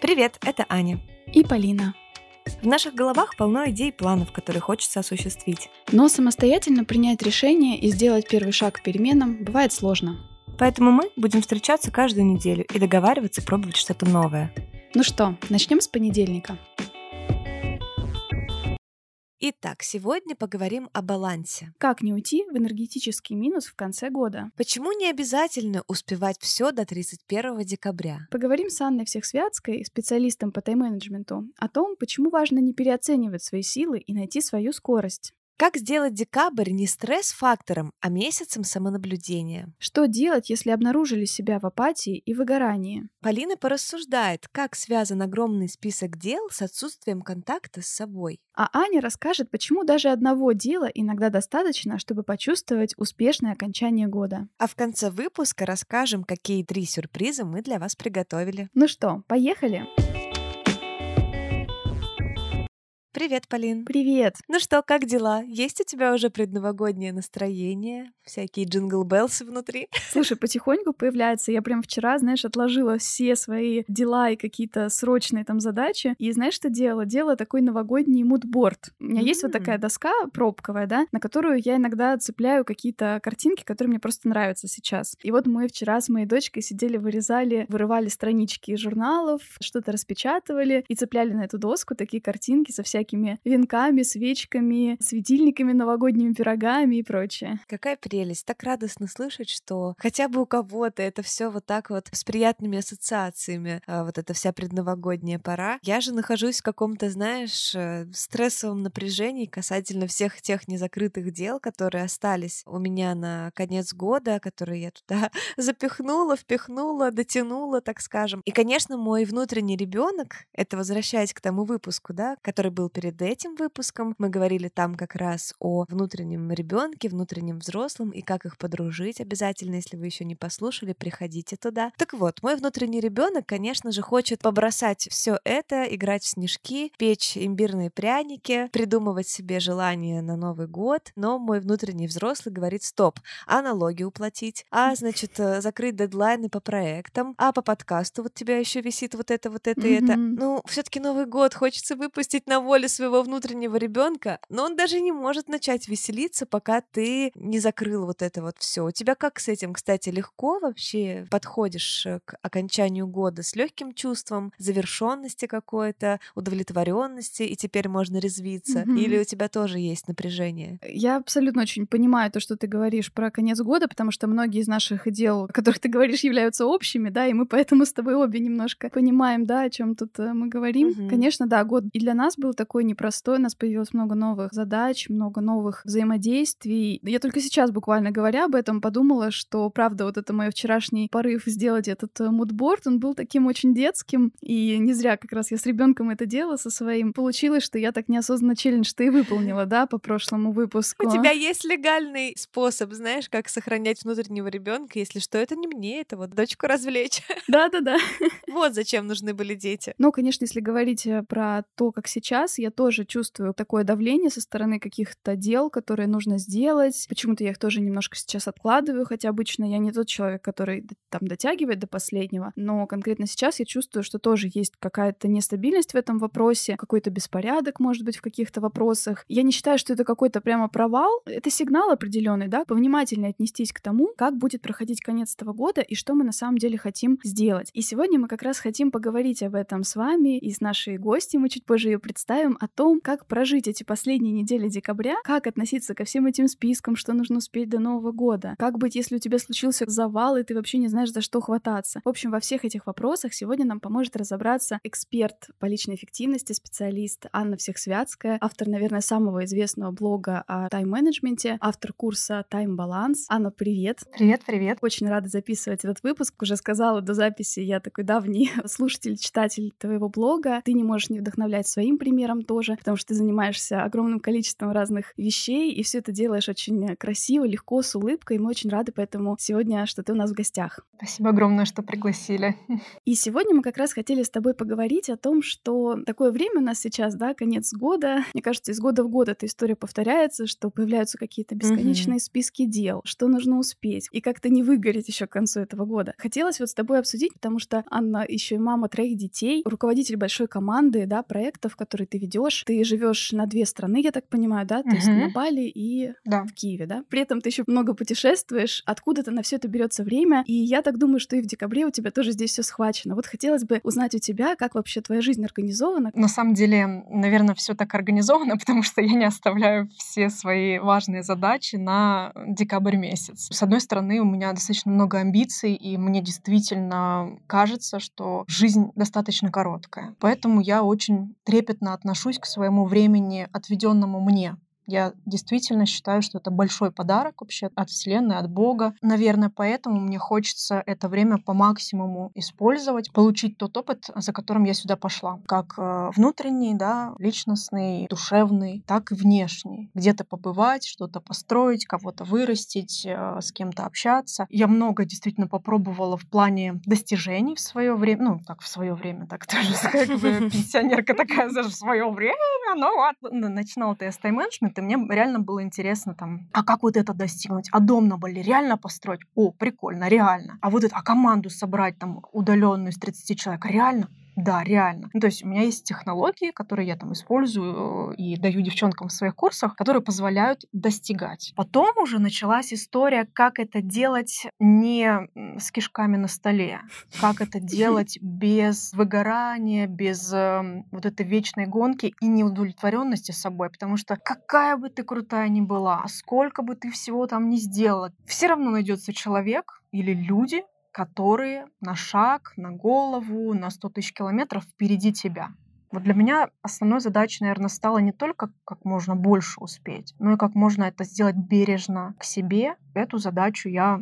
Привет, это Аня. И Полина. В наших головах полно идей и планов, которые хочется осуществить. Но самостоятельно принять решение и сделать первый шаг к переменам бывает сложно. Поэтому мы будем встречаться каждую неделю и договариваться пробовать что-то новое. Ну что, начнем с понедельника. Итак, сегодня поговорим о балансе. Как не уйти в энергетический минус в конце года? Почему не обязательно успевать все до 31 декабря? Поговорим с Анной Всехсвятской, специалистом по тайм-менеджменту, о том, почему важно не переоценивать свои силы и найти свою скорость. Как сделать декабрь не стресс-фактором, а месяцем самонаблюдения? Что делать, если обнаружили себя в апатии и выгорании? Полина порассуждает, как связан огромный список дел с отсутствием контакта с собой. А Аня расскажет, почему даже одного дела иногда достаточно, чтобы почувствовать успешное окончание года. А в конце выпуска расскажем, какие 3 сюрприза мы для вас приготовили. Ну что, поехали? Привет, Полин. Привет! Ну что, как дела? Есть у тебя уже предновогоднее настроение? Всякие джингл-беллсы внутри? Слушай, потихоньку появляется. Я прям вчера, знаешь, отложила все свои дела и какие-то срочные там задачи. И знаешь, что делала? Делала такой новогодний мудборд. У меня есть вот такая доска пробковая, да, на которую я иногда цепляю какие-то картинки, которые мне просто нравятся сейчас. И вот мы вчера с моей дочкой сидели, вырывали странички из журналов, что-то распечатывали и цепляли на эту доску такие картинки со всякими венками, свечками, светильниками, новогодними пирогами и прочее. Какая прелесть. Так радостно слышать, что хотя бы у кого-то это все вот так вот с приятными ассоциациями, вот эта вся предновогодняя пора. Я же нахожусь в каком-то, знаешь, стрессовом напряжении касательно всех тех незакрытых дел, которые остались у меня на конец года, которые я туда запихнула, впихнула, дотянула, так скажем. И, конечно, мой внутренний ребенок, это возвращаясь к тому выпуску, да, который был перед этим выпуском, мы говорили там как раз о внутреннем ребенке, внутреннем взрослом и как их подружить. Обязательно, если вы еще не послушали, приходите туда. Так вот, мой внутренний ребенок, конечно же, хочет побросать все это, играть в снежки, печь имбирные пряники, придумывать себе желания на Новый год, но мой внутренний взрослый говорит: стоп, а налоги уплатить, а, значит, закрыть дедлайны по проектам, а по подкасту вот тебя еще висит вот это и это. Ну, все-таки Новый год, хочется выпустить на волю своего внутреннего ребенка, но он даже не может начать веселиться, пока ты не закрыл вот это вот все. У тебя как с этим, кстати, легко вообще подходишь к окончанию года с легким чувством завершенности какой-то, удовлетворенности, и теперь можно резвиться? Или у тебя тоже есть напряжение? Я абсолютно очень понимаю то, что ты говоришь про конец года, потому что многие из наших дел, о которых ты говоришь, являются общими, да, и мы поэтому с тобой обе немножко понимаем, да, о чем тут мы говорим. Конечно, да, год и для нас был такой непростой, у нас появилось много новых задач, много новых взаимодействий. Я только сейчас, буквально говоря об этом, подумала, что, правда, вот это мой вчерашний порыв сделать этот мудборд, он был таким очень детским, и не зря как раз я с ребенком это делала со своим. Получилось, что я так неосознанно челлендж-то и выполнила, да, по прошлому выпуску. У тебя есть легальный способ, знаешь, как сохранять внутреннего ребенка, если что, это не мне, это вот дочку развлечь. Да-да-да. Вот зачем нужны были дети. Но, конечно, если говорить про то, как сейчас, я тоже чувствую такое давление со стороны каких-то дел, которые нужно сделать. Почему-то я их тоже немножко сейчас откладываю, хотя обычно я не тот человек, который там дотягивает до последнего. Но конкретно сейчас я чувствую, что тоже есть какая-то нестабильность в этом вопросе, какой-то беспорядок, может быть, в каких-то вопросах. Я не считаю, что это какой-то прямо провал. Это сигнал определенный, да, повнимательнее отнестись к тому, как будет проходить конец этого года и что мы на самом деле хотим сделать. И сегодня мы как раз хотим поговорить об этом с вами и с нашей гостьей, мы чуть позже ее представим, о том, как прожить эти последние недели декабря, как относиться ко всем этим спискам, что нужно успеть до Нового года, как быть, если у тебя случился завал, и ты вообще не знаешь, за что хвататься. В общем, во всех этих вопросах сегодня нам поможет разобраться эксперт по личной эффективности, специалист Анна Всехсвятская, автор, наверное, самого известного блога о тайм-менеджменте, автор курса «Тайм-баланс». Анна, привет! Привет! Очень рада записывать этот выпуск. Уже сказала до записи, я такой давний слушатель, читатель твоего блога. Ты не можешь не вдохновлять своим примером Инстаграм тоже, потому что ты занимаешься огромным количеством разных вещей, и все это делаешь очень красиво, легко, с улыбкой. И мы очень рады поэтому сегодня, что ты у нас в гостях. Спасибо огромное, что пригласили. И сегодня мы как раз хотели с тобой поговорить о том, что такое время у нас сейчас, да, конец года. Мне кажется, из года в год эта история повторяется, что появляются какие-то бесконечные списки дел, что нужно успеть, и как-то не выгореть еще к концу этого года. Хотелось вот с тобой обсудить, потому что Анна еще и мама 3 детей, руководитель большой команды, да, проектов, которые ты ведешь. Ты живешь на 2 страны, я так понимаю, да, то есть на Бали и в Киеве, да. При этом ты еще много путешествуешь, откуда-то на все это берется время, и я так думаю, что и в декабре у тебя тоже здесь все схвачено. Вот хотелось бы узнать у тебя, как вообще твоя жизнь организована. На самом деле, наверное, все так организовано, потому что я не оставляю все свои важные задачи на декабрь месяц. С одной стороны, у меня достаточно много амбиций, и мне действительно кажется, что жизнь достаточно короткая. Поэтому я очень трепетно отношусь к своему времени, отведенному мне. Я действительно считаю, что это большой подарок вообще от Вселенной, от Бога. Наверное, поэтому мне хочется это время по максимуму использовать, получить тот опыт, за которым я сюда пошла. Как внутренний, да, личностный, душевный, так и внешний. Где-то побывать, что-то построить, кого-то вырастить, с кем-то общаться. Я много действительно попробовала в плане достижений в свое время. Ну, как в свое время, так тоже как бы пенсионерка такая в свое время. Ну вот, начинала-то я с тайм-менеджмента, и мне реально было интересно там, а как вот это достигнуть? А дом на Бали реально построить? О, прикольно, реально. А вот это, а команду собрать там удаленную из 30 человек? Реально? Да, реально. Ну, то есть у меня есть технологии, которые я там использую и даю девчонкам в своих курсах, которые позволяют достигать. Потом уже началась история, как это делать не с кишками на столе, как это делать без выгорания, без вот этой вечной гонки и неудовлетворенности собой, потому что какая бы ты крутая ни была, сколько бы ты всего там ни сделала, все равно найдется человек или люди, которые на шаг, на голову, на 100 000 километров впереди тебя. Вот для меня основной задачей, наверное, стало не только как можно больше успеть, но и как можно это сделать бережно к себе. Эту задачу я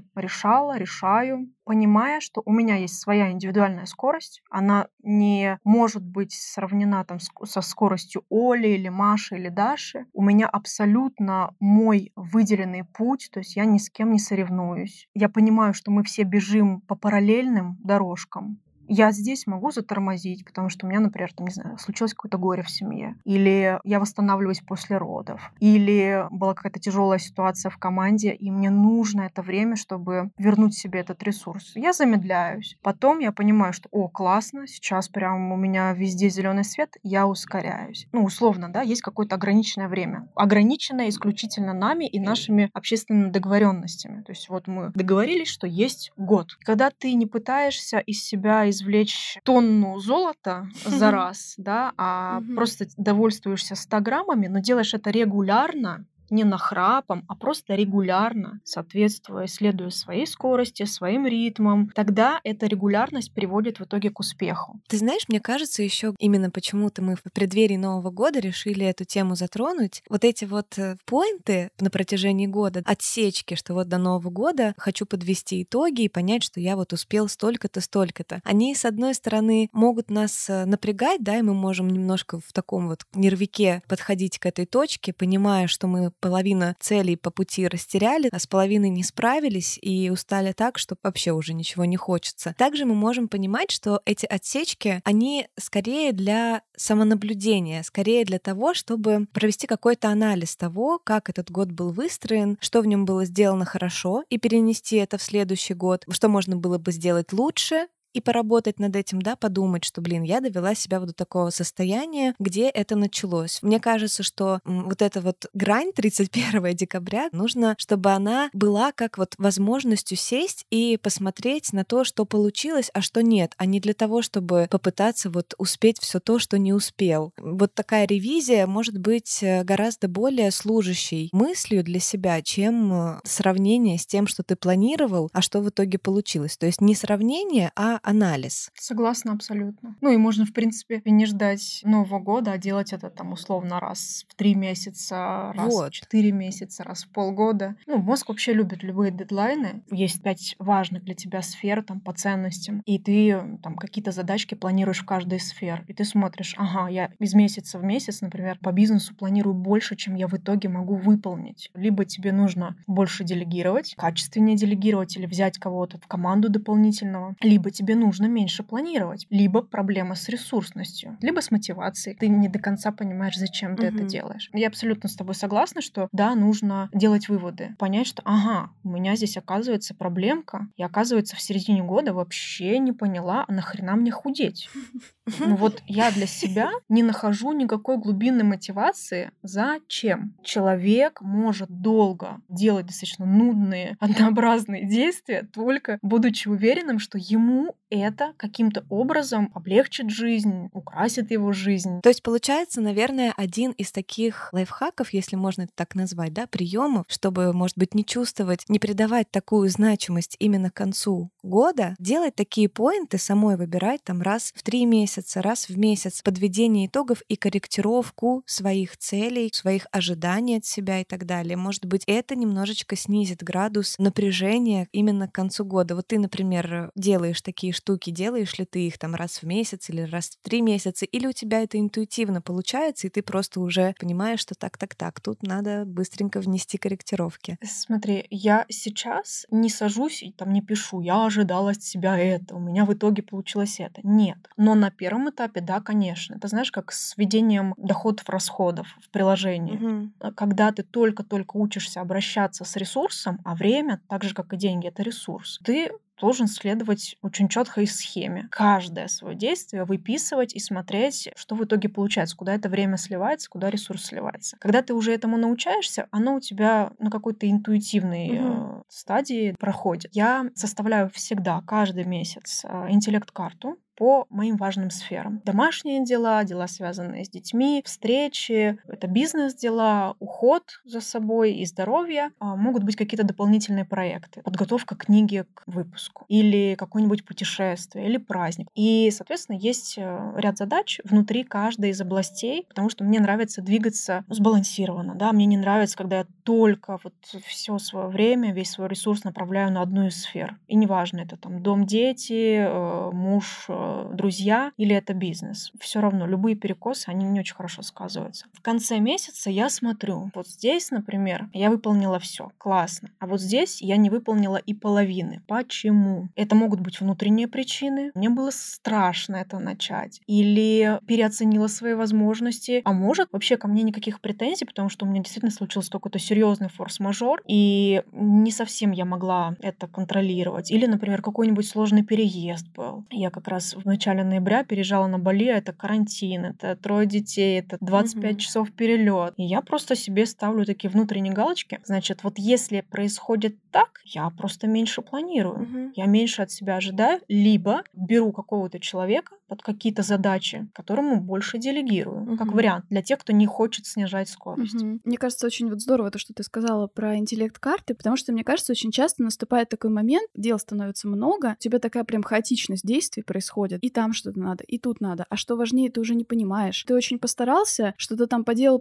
решаю, понимая, что у меня есть своя индивидуальная скорость. Она не может быть сравнена там со скоростью Оли или Маши или Даши. У меня абсолютно мой выделенный путь, то есть я ни с кем не соревнуюсь. Я понимаю, что мы все бежим по параллельным дорожкам. Я здесь могу затормозить, потому что у меня, например, там, не знаю, случилось какое-то горе в семье, или я восстанавливаюсь после родов, или была какая-то тяжелая ситуация в команде, и мне нужно это время, чтобы вернуть себе этот ресурс. Я замедляюсь. Потом я понимаю, что, о, классно, сейчас прям у меня везде зеленый свет, я ускоряюсь. Ну, условно, да, есть какое-то ограниченное время. Ограниченное исключительно нами и нашими общественными договоренностями. То есть вот мы договорились, что есть год. Когда ты не пытаешься из себя извлечь тонну золота за раз, да, а просто довольствуешься 100 граммами, но делаешь это регулярно, не нахрапом, а просто регулярно, соответствуя, следуя своей скорости, своим ритмам, тогда эта регулярность приводит в итоге к успеху. Ты знаешь, мне кажется, еще именно почему-то мы в преддверии Нового года решили эту тему затронуть. Вот эти вот поинты на протяжении года, отсечки, что вот до Нового года хочу подвести итоги и понять, что я вот успел столько-то, столько-то. Они, с одной стороны, могут нас напрягать, да, и мы можем немножко в таком вот нервике подходить к этой точке, понимая, что мы половина целей по пути растеряли, а с половиной не справились и устали так, что вообще уже ничего не хочется. Также мы можем понимать, что эти отсечки, они скорее для самонаблюдения, скорее для того, чтобы провести какой-то анализ того, как этот год был выстроен, что в нем было сделано хорошо, и перенести это в следующий год, что можно было бы сделать лучше, и поработать над этим, да, подумать, что, я довела себя вот до такого состояния, где это началось. Мне кажется, что вот эта вот грань 31 декабря нужно, чтобы она была как вот возможностью сесть и посмотреть на то, что получилось, а что нет, а не для того, чтобы попытаться вот успеть все то, что не успел. Вот такая ревизия может быть гораздо более служащей мыслью для себя, чем сравнение с тем, что ты планировал, а что в итоге получилось. То есть не сравнение, а анализ. Согласна абсолютно. Ну и можно, в принципе, не ждать Нового года, а делать это там условно раз в 3 месяца, раз в Вот. 4 месяца, раз в полгода. Ну, мозг вообще любит любые дедлайны. Есть 5 важных для тебя сфер там по ценностям, и ты там какие-то задачки планируешь в каждой сфере. И ты смотришь, ага, я из месяца в месяц, например, по бизнесу планирую больше, чем я в итоге могу выполнить. Либо тебе нужно больше делегировать, качественнее делегировать или взять кого-то в команду дополнительного, либо тебе нужно меньше планировать, либо проблема с ресурсностью, либо с мотивацией. Ты не до конца понимаешь, зачем ты это делаешь. Я абсолютно с тобой согласна, что да, нужно делать выводы, понять, что ага, у меня здесь оказывается проблемка, и оказывается в середине года вообще не поняла, а нахрена мне худеть. Ну вот я для себя не нахожу никакой глубинной мотивации, зачем. Человек может долго делать достаточно нудные, однообразные действия, только будучи уверенным, что ему это каким-то образом облегчит жизнь, украсит его жизнь. То есть получается, наверное, один из таких лайфхаков, если можно это так назвать, да, приемов, чтобы, может быть, не чувствовать, не придавать такую значимость именно к концу года, делать такие поинты, самой выбирать там раз в 3 месяца, раз в месяц, подведение итогов и корректировку своих целей, своих ожиданий от себя и так далее. Может быть, это немножечко снизит градус напряжения именно к концу года. Вот ты, например, делаешь такие штуки, делаешь ли ты их там раз в месяц или раз в 3 месяца, или у тебя это интуитивно получается, и ты просто уже понимаешь, что так, тут надо быстренько внести корректировки. Смотри, я сейчас не сажусь и там не пишу, я ожидала от себя это, у меня в итоге получилось это. Нет. Но на первом этапе, да, конечно. Это знаешь, как с введением доходов-расходов в приложении. Когда ты только-только учишься обращаться с ресурсом, а время, так же, как и деньги, это ресурс, ты должен следовать очень четкой схеме. Каждое свое действие выписывать и смотреть, что в итоге получается, куда это время сливается, куда ресурс сливается. Когда ты уже этому научаешься, оно у тебя на какой-то интуитивной стадии проходит. Я составляю всегда, каждый месяц, интеллект-карту по моим важным сферам. Домашние дела, дела, связанные с детьми, встречи, это бизнес-дела, уход за собой и здоровье. Могут быть какие-то дополнительные проекты. Подготовка книги к выпуску. Или какое-нибудь путешествие, или праздник. И, соответственно, есть ряд задач внутри каждой из областей, потому что мне нравится двигаться сбалансированно. Да? Мне не нравится, когда я только вот все свое время, весь свой ресурс направляю на одну из сфер. И неважно, это там дом, дети, муж, друзья или это бизнес. Все равно, любые перекосы, они не очень хорошо сказываются. В конце месяца я смотрю, вот здесь, например, я выполнила все, классно. А вот здесь я не выполнила и половины. Почему? Это могут быть внутренние причины. Мне было страшно это начать. Или переоценила свои возможности. А может, вообще ко мне никаких претензий, потому что у меня действительно случился какой-то серьезный форс-мажор, и не совсем я могла это контролировать. Или, например, какой-нибудь сложный переезд был. Я как раз в начале ноября переезжала на Бали, это карантин, это 3 детей, это 25 часов перелет. И я просто себе ставлю такие внутренние галочки. Значит, вот если происходит так, я просто меньше планирую. Я меньше от себя ожидаю, либо беру какого-то человека под какие-то задачи, которому больше делегирую. Как вариант для тех, кто не хочет снижать скорость. Мне кажется, очень вот здорово то, что ты сказала про интеллект-карты, потому что, мне кажется, очень часто наступает такой момент, дел становится много, у тебя такая прям хаотичность действий происходит, и там что-то надо, и тут надо, а что важнее, ты уже не понимаешь. Ты очень постарался, что-то там поделал,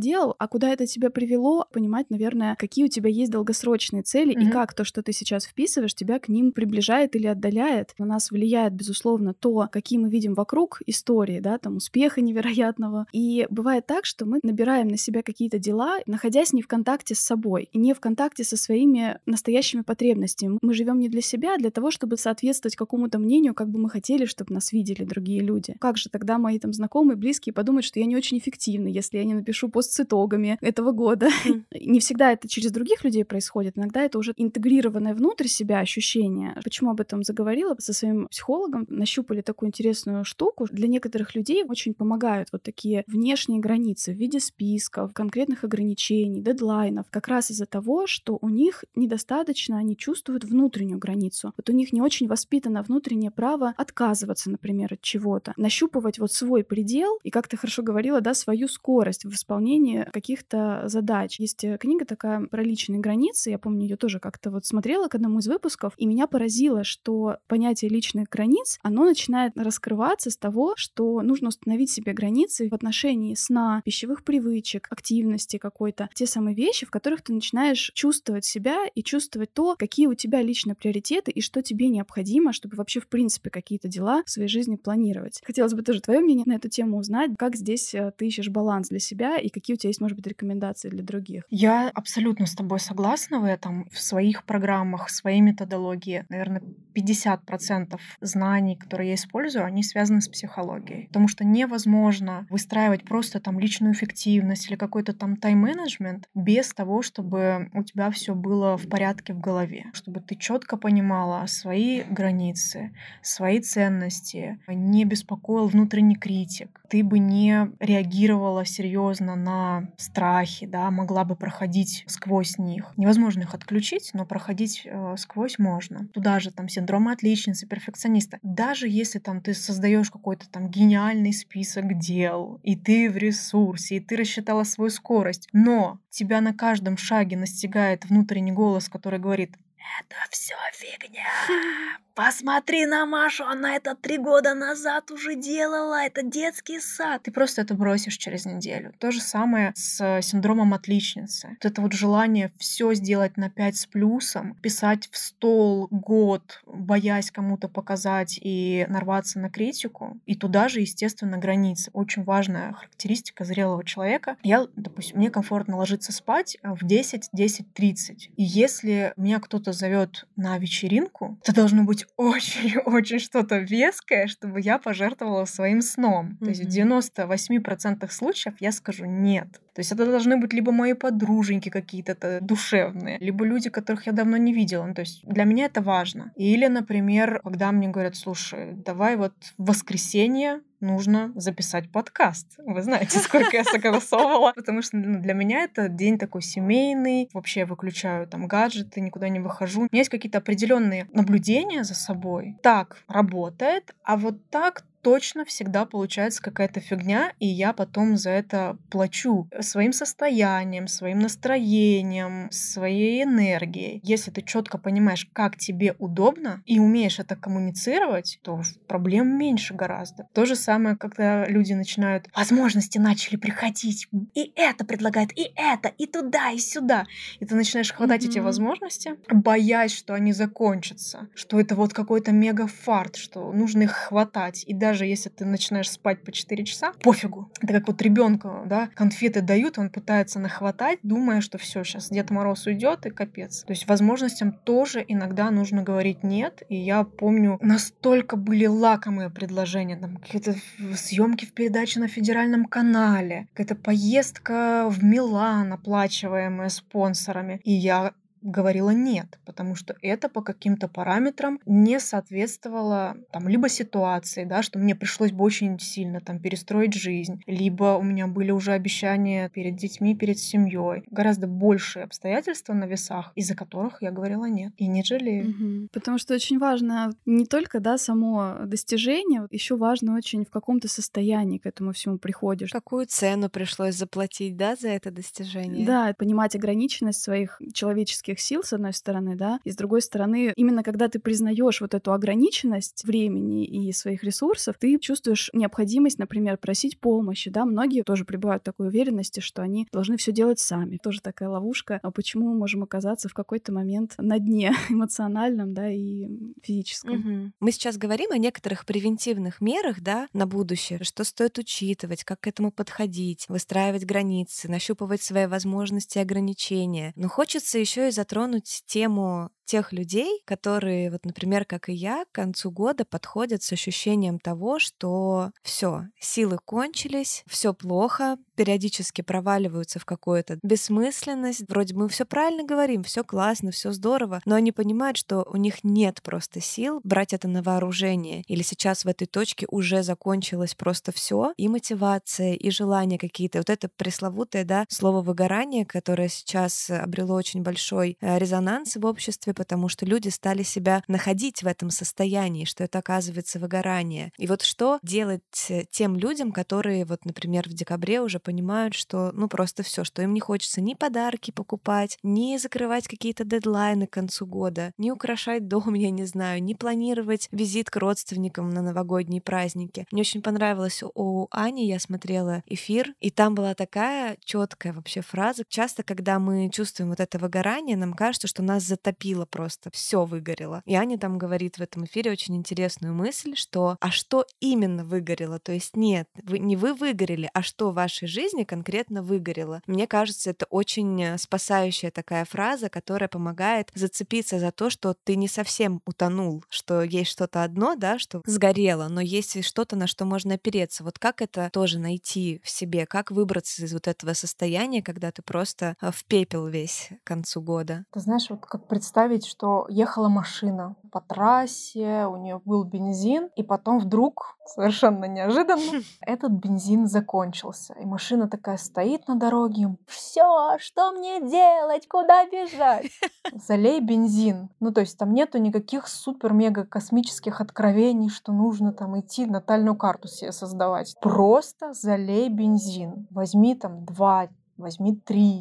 а куда это тебя привело, понимать, наверное, какие у тебя есть долгосрочные цели, и как то, что ты сейчас вписываешь, тебя к ним приближает или отдаляет. На нас влияет, безусловно, то, какие мы видим вокруг истории, да, там, успеха невероятного. И бывает так, что мы набираем на себя какие-то дела, находясь не в контакте с собой, и не в контакте со своими настоящими потребностями. Мы живем не для себя, а для того, чтобы соответствовать какому-то мнению, как бы мы хотели, чтобы нас видели другие люди. Как же тогда мои там знакомые, близкие подумают, что я не очень эффективна, если я не напишу пост с итогами этого года. Не всегда это через других людей происходит, иногда это уже интегрированное внутрь себя ощущение. Почему об этом заговорила? Со своим психологом нащупали такую интересную интересную штуку. Для некоторых людей очень помогают вот такие внешние границы в виде списков, конкретных ограничений, дедлайнов. Как раз из-за того, что у них недостаточно, они чувствуют внутреннюю границу. Вот у них не очень воспитано внутреннее право отказываться, например, от чего-то, нащупывать вот свой предел и, как ты хорошо говорила, да, свою скорость в исполнении каких-то задач. Есть книга такая про личные границы, я помню, ее тоже как-то вот смотрела к одному из выпусков, и меня поразило, что понятие личных границ, оно начинает раскрываться с того, что нужно установить себе границы в отношении сна, пищевых привычек, активности какой-то, те самые вещи, в которых ты начинаешь чувствовать себя и чувствовать то, какие у тебя лично приоритеты и что тебе необходимо, чтобы вообще в принципе какие-то дела в своей жизни планировать. Хотелось бы тоже твое мнение на эту тему узнать, как здесь ты ищешь баланс для себя и какие у тебя есть, может быть, рекомендации для других. Я абсолютно с тобой согласна в этом. В своих программах, в своей методологии, наверное, 50% знаний, которые я использую, они связаны с психологией. Потому что невозможно выстраивать просто там личную эффективность или какой-то там тайм-менеджмент без того, чтобы у тебя все было в порядке в голове, чтобы ты четко понимала свои границы, свои ценности, не беспокоил внутренний критик, ты бы не реагировала серьезно на страхи, да, могла бы проходить сквозь них. Невозможно их отключить, но проходить сквозь можно. Туда же там синдром отличницы, перфекциониста. Даже если там ты создаешь какой-то там гениальный список дел, и ты в ресурсе, и ты рассчитала свою скорость, но тебя на каждом шаге настигает внутренний голос, который говорит: это все фигня. Посмотри на Машу, она это 3 года назад уже делала, это детский сад. Ты просто это бросишь через неделю. То же самое с синдромом отличницы. Вот это вот желание все сделать на 5 с плюсом, писать в стол год, боясь кому-то показать и нарваться на критику. И туда же, естественно, границы. Очень важная характеристика зрелого человека. Допустим, мне комфортно ложиться спать в 10:30. И если меня кто-то зовет на вечеринку, то должно быть очень-очень что-то веское, чтобы я пожертвовала своим сном. То есть в 98% случаев я скажу нет. То есть это должны быть либо мои подруженьки какие-то душевные, либо люди, которых я давно не видела. Ну, то есть для меня это важно. Или, например, когда мне говорят: слушай, давай вот в воскресенье нужно записать подкаст. Вы знаете, сколько я согласовывала. Потому что для меня это день такой семейный. Вообще я выключаю там гаджеты, никуда не выхожу. У меня есть какие-то определенные наблюдения за собой. Так работает, а вот так точно всегда получается какая-то фигня, и я потом за это плачу своим состоянием, своим настроением, своей энергией. Если ты четко понимаешь, как тебе удобно, и умеешь это коммуницировать, то проблем меньше гораздо. То же самое, когда люди начинают, возможности начали приходить, и это предлагают, и это, и туда, и сюда. И ты начинаешь хватать эти возможности, боясь, что они закончатся, что это вот какой-то мегафарт, что нужно их хватать. И даже если ты начинаешь спать по 4 часа, пофигу. Это как вот ребенку, да, конфеты дают, он пытается нахватать, думая, что все, сейчас Дед Мороз уйдет и капец. То есть возможностям тоже иногда нужно говорить нет. И я помню, настолько были лакомые предложения, там какие-то съемки в передаче на федеральном канале, какая-то поездка в Милан, оплачиваемая спонсорами. И я говорила нет, потому что это по каким-то параметрам не соответствовало там либо ситуации, да, что мне пришлось бы очень сильно там перестроить жизнь, либо у меня были уже обещания перед детьми, перед семьей, гораздо большие обстоятельства на весах, из-за которых я говорила нет и не жалею. Потому что очень важно не только, да, само достижение, еще важно очень, в каком ты состоянии к этому всему приходишь. Какую цену пришлось заплатить, да, за это достижение? Да, понимать ограниченность своих человеческих сил, с одной стороны, да, и с другой стороны, именно когда ты признаешь вот эту ограниченность времени и своих ресурсов, ты чувствуешь необходимость, например, просить помощи, да, многие тоже пребывают в такой уверенности, что они должны все делать сами. Тоже такая ловушка, а почему мы можем оказаться в какой-то момент на дне эмоциональном, да, и физическом. Мы сейчас говорим о некоторых превентивных мерах, да, на будущее, что стоит учитывать, как к этому подходить, выстраивать границы, нащупывать свои возможности и ограничения. Но хочется еще и затронуть тему тех людей, которые, вот, например, как и я, к концу года подходят с ощущением того, что все, силы кончились, все плохо, периодически проваливаются в какую-то бессмысленность. Вроде мы все правильно говорим, все классно, все здорово, но они понимают, что у них нет просто сил брать это на вооружение. Или сейчас в этой точке уже закончилось просто все, и мотивация, и желания какие-то. Вот это пресловутое, да, слово выгорание, которое сейчас обрело очень большой резонанс в обществе, потому что люди стали себя находить в этом состоянии, что это оказывается выгорание. И вот что делать тем людям, которые, вот, например, в декабре уже понимают, что ну просто все, что им не хочется ни подарки покупать, ни закрывать какие-то дедлайны к концу года, ни украшать дом, я не знаю, ни планировать визит к родственникам на новогодние праздники. Мне очень понравилось у Ани, я смотрела эфир, и там была такая четкая вообще фраза. Часто, когда мы чувствуем вот это выгорание, нам кажется, что нас затопило просто, все выгорело. И Аня там говорит в этом эфире очень интересную мысль, что а что именно выгорело? То есть нет, не вы выгорели, а что в вашей жизни конкретно выгорело. Мне кажется, это очень спасающая такая фраза, которая помогает зацепиться за то, что ты не совсем утонул, что есть что-то одно, да, что сгорело, но есть и что-то, на что можно опереться. Вот как это тоже найти в себе, как выбраться из вот этого состояния, когда ты просто в пепел весь к концу года? Ты знаешь, вот как представить, что ехала машина по трассе, у нее был бензин, и потом вдруг, совершенно неожиданно, этот бензин закончился. И машина такая стоит на дороге. Все, что мне делать? Куда бежать? Залей бензин. Ну, то есть там нету никаких супер-мега-космических откровений, что нужно там идти натальную карту себе создавать. Просто залей бензин. Возьми там 2, возьми 3,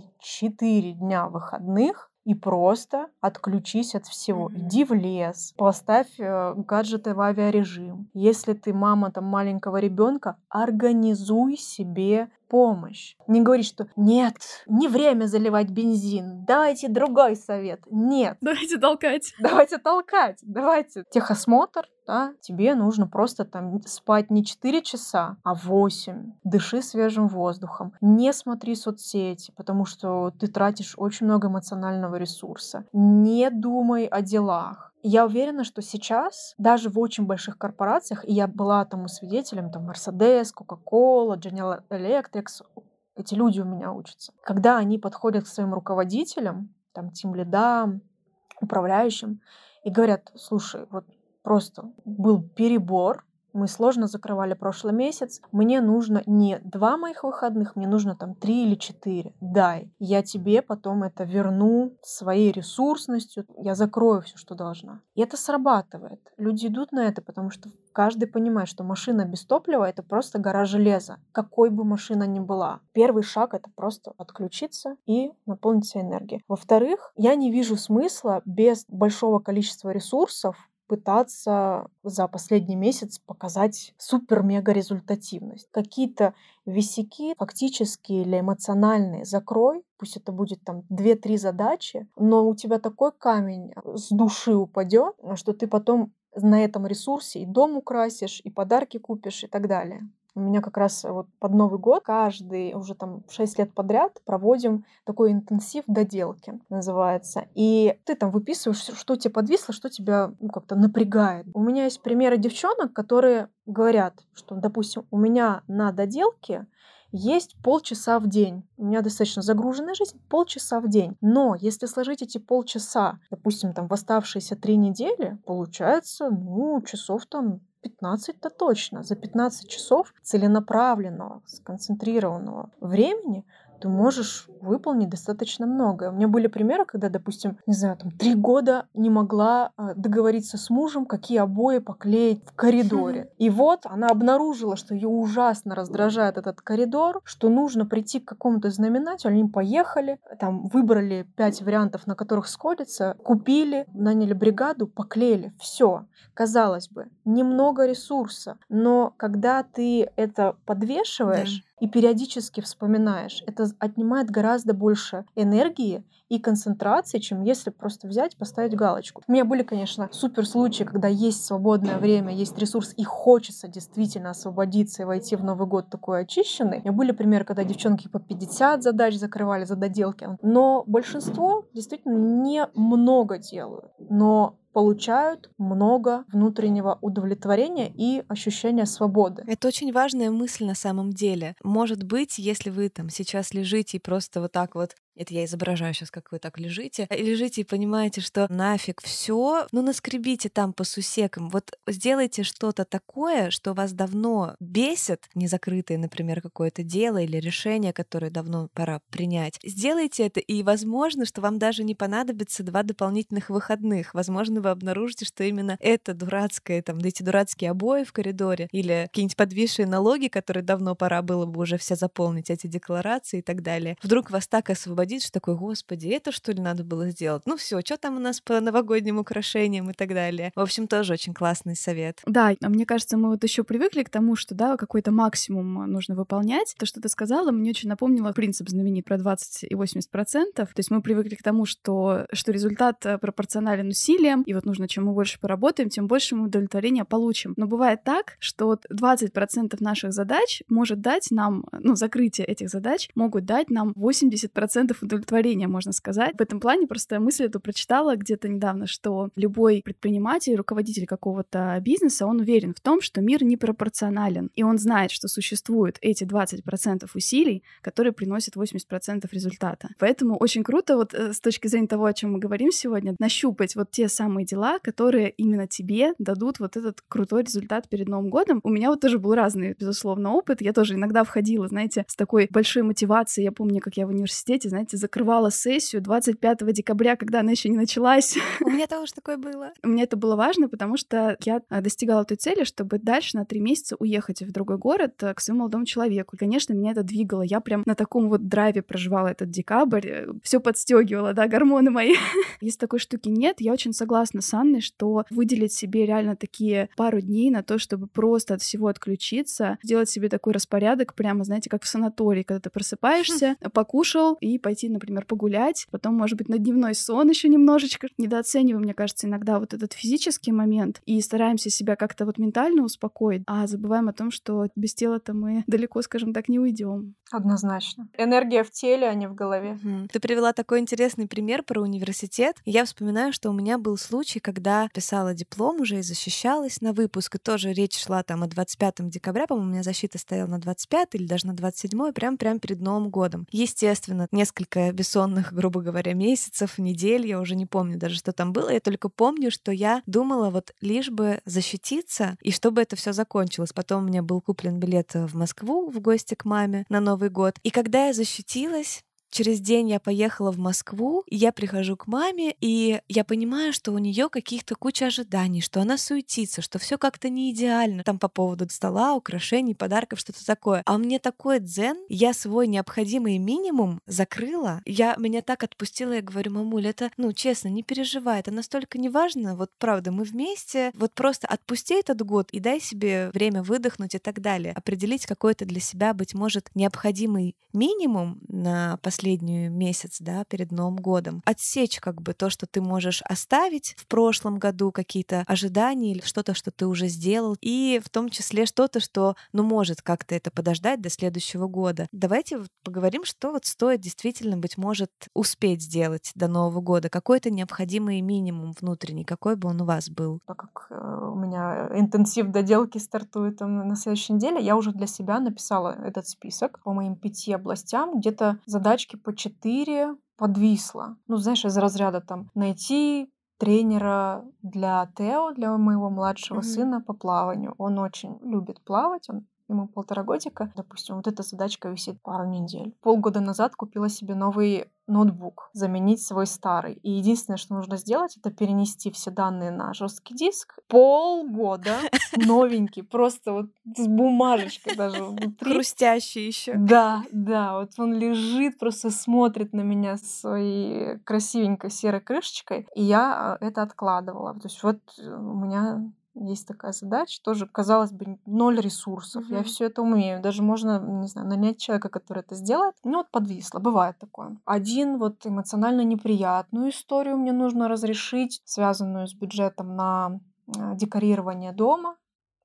4 дня выходных и просто отключись от всего. Иди в лес, поставь гаджеты в авиарежим. Если ты мама там маленького ребенка, организуй себе помощь. Не говори, что нет, не время заливать бензин, давайте другой совет. Нет. Давайте толкать. Давайте толкать, давайте. Техосмотр, да, тебе нужно просто там спать не 4 часа, а 8. Дыши свежим воздухом. Не смотри соцсети, потому что ты тратишь очень много эмоционального ресурса. Не думай о делах. Я уверена, что сейчас даже в очень больших корпорациях, и я была тому свидетелем, там Mercedes, Coca-Cola, General Electric, эти люди у меня учатся. Когда они подходят к своим руководителям, там, тимлидам, управляющим, и говорят: слушай, вот просто был перебор, мы сложно закрывали прошлый месяц, мне нужно не 2 моих выходных, мне нужно там 3 или 4. Дай, я тебе потом это верну своей ресурсностью, я закрою все, что должна. И это срабатывает. Люди идут на это, потому что каждый понимает, что машина без топлива — это просто гора железа, какой бы машина ни была. Первый шаг — это просто отключиться и наполнить себя энергией. Во-вторых, я не вижу смысла без большого количества ресурсов пытаться за последний месяц показать супер-мега-результативность. Какие-то висяки фактические или эмоциональные закрой, пусть это будет там 2-3 задачи, но у тебя такой камень с души упадет, что ты потом на этом ресурсе и дом украсишь, и подарки купишь, и так далее. У меня как раз вот под Новый год каждый уже там 6 лет подряд проводим такой интенсив доделки, называется. И ты там выписываешь, что тебе подвисло, что тебя как-то напрягает. У меня есть примеры девчонок, которые говорят, что, допустим, у меня на доделке есть полчаса в день. У меня достаточно загруженная жизнь, полчаса в день. Но если сложить эти полчаса, допустим, там в оставшиеся 3 недели, получается, часов там 15-то точно. За 15 часов целенаправленного, сконцентрированного времени ты можешь выполнить достаточно многое. У меня были примеры, когда, допустим, не знаю, там 3 года не могла договориться с мужем, какие обои поклеить в коридоре. И вот она обнаружила, что ее ужасно раздражает этот коридор, что нужно прийти к какому-то знаменателю. Они поехали, там выбрали 5 вариантов, на которых сходятся, купили, наняли бригаду, поклеили. Все. Казалось бы, немного ресурса, но когда ты это подвешиваешь, и периодически вспоминаешь, это отнимает гораздо больше энергии и концентрации, чем если просто взять, поставить галочку. У меня были, конечно, супер случаи, когда есть свободное время, есть ресурс, и хочется действительно освободиться и войти в Новый год такой очищенный. У меня были примеры, когда девчонки по 50 задач закрывали за доделки, но большинство действительно не много делают, но получают много внутреннего удовлетворения и ощущения свободы. Это очень важная мысль на самом деле. Может быть, если вы там сейчас лежите и просто вот так вот, это я изображаю сейчас, как вы так лежите, лежите и понимаете, что нафиг все, ну наскребите там по сусекам, вот сделайте что-то такое, что вас давно бесит, незакрытое, например, какое-то дело или решение, которое давно пора принять. Сделайте это, и возможно, что вам даже не понадобится 2 дополнительных выходных. Возможно, вы обнаружите, что именно это дурацкое, там, эти дурацкие обои в коридоре или какие-нибудь подвисшие налоги, которые давно пора было бы уже все заполнить, эти декларации и так далее, вдруг вас так освободит, что такой, господи, это что ли надо было сделать? Ну все, что там у нас по новогодним украшениям и так далее. В общем, тоже очень классный совет. Да, мне кажется, мы вот еще привыкли к тому, что, да, какой-то максимум нужно выполнять. То, что ты сказала, мне очень напомнило принцип знаменит про 20 и 80%. То есть мы привыкли к тому, что результат пропорционален усилиям, и вот нужно, чем мы больше поработаем, тем больше мы удовлетворения получим. Но бывает так, что вот 20% наших задач может дать нам, закрытие этих задач могут дать нам 80% удовлетворения, можно сказать. В этом плане просто мысль эту прочитала где-то недавно, что любой предприниматель, руководитель какого-то бизнеса, он уверен в том, что мир непропорционален, и он знает, что существуют эти 20% усилий, которые приносят 80% результата. Поэтому очень круто вот с точки зрения того, о чем мы говорим сегодня, нащупать вот те самые дела, которые именно тебе дадут вот этот крутой результат перед Новым годом. У меня вот тоже был разный, безусловно, опыт. Я тоже иногда входила, знаете, с такой большой мотивацией. Я помню, как я в университете, знаете, закрывала сессию 25 декабря, когда она еще не началась. У меня тоже такое было. Мне это было важно, потому что я достигала той цели, чтобы дальше на 3 месяца уехать в другой город к своему молодому человеку. И, конечно, меня это двигало. Я прям на таком вот драйве проживала этот декабрь, все подстегивала, да, гормоны мои. Если такой штуки нет, я очень согласна с Анной, что выделить себе реально такие пару дней на то, чтобы просто от всего отключиться, сделать себе такой распорядок, прямо, знаете, как в санатории, когда ты просыпаешься, покушал и пойти, например, погулять, потом, может быть, на дневной сон еще немножечко. Недооцениваем, мне кажется, иногда вот этот физический момент и стараемся себя как-то вот ментально успокоить, а забываем о том, что без тела-то мы далеко, скажем так, не уйдем. Однозначно. Энергия в теле, а не в голове. Ты привела такой интересный пример про университет. Я вспоминаю, что у меня был случай, когда писала диплом уже и защищалась на выпуск, и тоже речь шла там о 25 декабря, по-моему, у меня защита стояла на 25 или даже на 27, прям перед Новым годом. Естественно, несколько бессонных, грубо говоря, месяцев, недель, я уже не помню даже, что там было, я только помню, что я думала, вот лишь бы защититься, и чтобы это все закончилось. Потом у меня был куплен билет в Москву в гости к маме на Новый год. И когда я защитилась, через день я поехала в Москву, и я прихожу к маме, и я понимаю, что у нее каких-то куча ожиданий, что она суетится, что все как-то не идеально. Там по поводу стола, украшений, подарков, что-то такое. А мне такой дзен, я свой необходимый минимум закрыла. Меня так отпустила, я говорю, мамуль, это, честно, не переживай, это настолько не важно, вот правда, мы вместе, вот просто отпусти этот год и дай себе время выдохнуть и так далее. Определить какой-то для себя, быть может, необходимый минимум на последний месяц, да, перед Новым годом. Отсечь как бы то, что ты можешь оставить в прошлом году, какие-то ожидания или что-то, что ты уже сделал, и в том числе что-то, что, может как-то это подождать до следующего года. Давайте поговорим, что вот стоит действительно, быть может, успеть сделать до Нового года. Какой-то необходимый минимум внутренний, какой бы он у вас был? Так как у меня интенсив доделки стартует там на следующей неделе, я уже для себя написала этот список по моим 5 областям, где-то задачки по 4 подвисло. Знаешь, из разряда там найти тренера для Тео, для моего младшего сына по плаванию. Он очень любит плавать, ему 1,5 годика. Допустим, вот эта задачка висит пару недель. Полгода назад купила себе новый ноутбук, заменить свой старый. И единственное, что нужно сделать, это перенести все данные на жесткий диск. Полгода новенький, просто вот с бумажечкой даже внутри. Хрустящий еще. Да, вот он лежит, просто смотрит на меня своей красивенькой серой крышечкой, и я это откладывала. То есть вот у меня Есть такая задача, тоже, казалось бы, 0 ресурсов. Я все это умею. Даже можно, не знаю, нанять человека, который это сделает. Ну вот подвисло, бывает такое. Один вот эмоционально неприятную историю мне нужно разрешить, связанную с бюджетом на декорирование дома